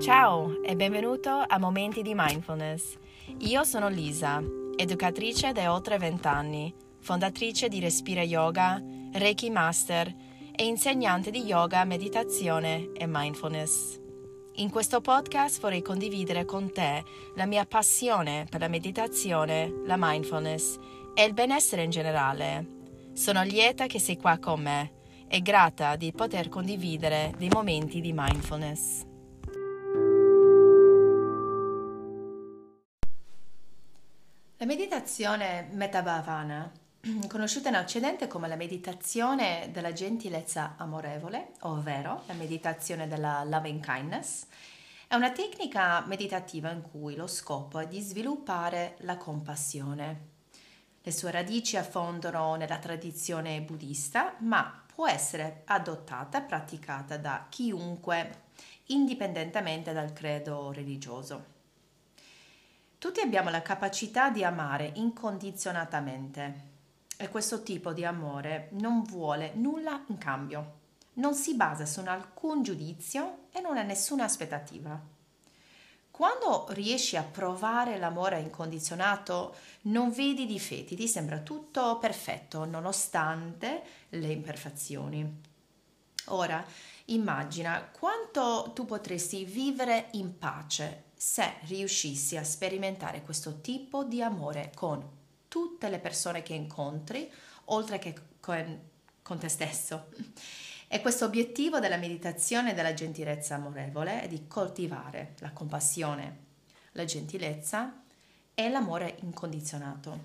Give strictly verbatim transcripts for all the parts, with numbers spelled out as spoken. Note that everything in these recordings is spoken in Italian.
Ciao e benvenuto a Momenti di Mindfulness. Io sono Lisa, educatrice da oltre vent'anni, fondatrice di Respira Yoga, Reiki Master e insegnante di yoga, meditazione e mindfulness. In questo podcast vorrei condividere con te la mia passione per la meditazione, la mindfulness e il benessere in generale. Sono lieta che sei qua con me e grata di poter condividere dei momenti di mindfulness. La meditazione Metta-Bhavana, conosciuta in Occidente come la meditazione della gentilezza amorevole, ovvero la meditazione della loving kindness, è una tecnica meditativa in cui lo scopo è di sviluppare la compassione. Le sue radici affondano nella tradizione buddista, ma può essere adottata e praticata da chiunque, indipendentemente dal credo religioso. Tutti abbiamo la capacità di amare incondizionatamente e questo tipo di amore non vuole nulla in cambio, non si basa su alcun giudizio e non ha nessuna aspettativa. Quando riesci a provare l'amore incondizionato, non vedi difetti, ti sembra tutto perfetto nonostante le imperfezioni. Ora, immagina quanto tu potresti vivere in pace se riuscissi a sperimentare questo tipo di amore con tutte le persone che incontri, oltre che con, con te stesso. E questo obiettivo della meditazione della gentilezza amorevole è di coltivare la compassione, la gentilezza e l'amore incondizionato.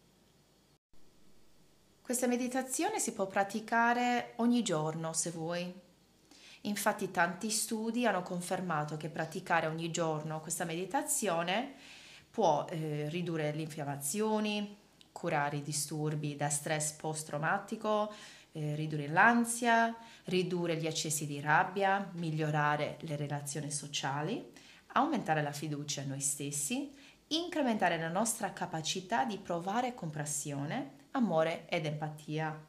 Questa meditazione si può praticare ogni giorno se vuoi. Infatti tanti studi hanno confermato che praticare ogni giorno questa meditazione può eh, ridurre le infiammazioni, curare i disturbi da stress post-traumatico, eh, ridurre l'ansia, ridurre gli accessi di rabbia, migliorare le relazioni sociali, aumentare la fiducia in noi stessi, incrementare la nostra capacità di provare compassione, amore ed empatia.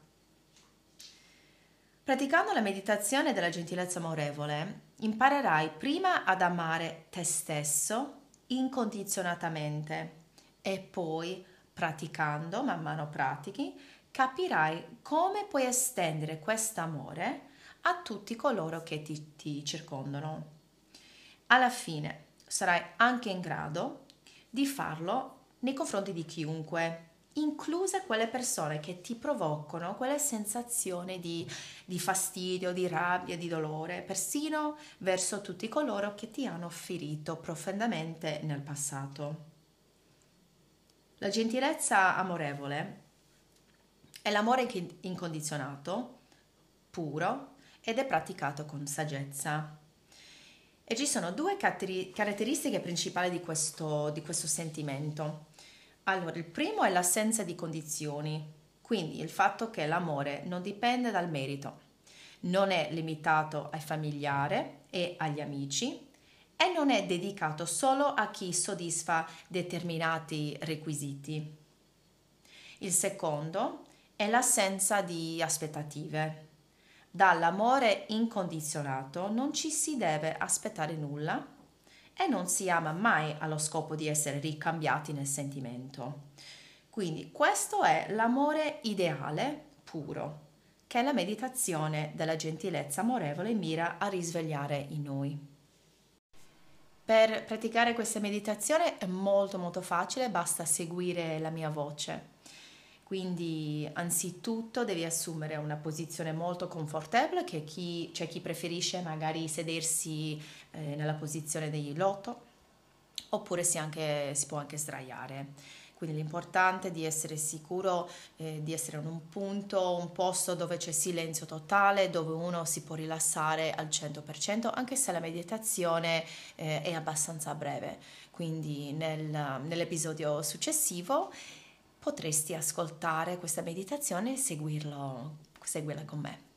Praticando la meditazione della gentilezza amorevole, imparerai prima ad amare te stesso incondizionatamente e poi, praticando, man mano pratichi, capirai come puoi estendere questo amore a tutti coloro che ti, ti circondano. Alla fine sarai anche in grado di farlo nei confronti di chiunque, incluse quelle persone che ti provocano quelle sensazioni di, di fastidio, di rabbia, di dolore, persino verso tutti coloro che ti hanno ferito profondamente nel passato. La gentilezza amorevole è l'amore incondizionato, puro ed è praticato con saggezza. E ci sono due caratteristiche principali di questo, di questo sentimento. Allora, il primo è l'assenza di condizioni, quindi il fatto che l'amore non dipende dal merito, non è limitato ai familiari e agli amici e non è dedicato solo a chi soddisfa determinati requisiti. Il secondo è l'assenza di aspettative. Dall'amore incondizionato non ci si deve aspettare nulla e non si ama mai allo scopo di essere ricambiati nel sentimento. Quindi questo è l'amore ideale, puro, che la meditazione della gentilezza amorevole mira a risvegliare in noi. Per praticare questa meditazione è molto molto facile, basta seguire la mia voce. Quindi anzitutto devi assumere una posizione molto confortevole, che chi, c'è chi preferisce magari sedersi eh, nella posizione dei loto, oppure si, anche, si può anche sdraiare. Quindi l'importante è di essere sicuro eh, di essere in un punto, un posto dove c'è silenzio totale, dove uno si può rilassare al cento per cento, anche se la meditazione eh, è abbastanza breve. Quindi nel, nell'episodio successivo potresti ascoltare questa meditazione e seguirlo, seguirla con me.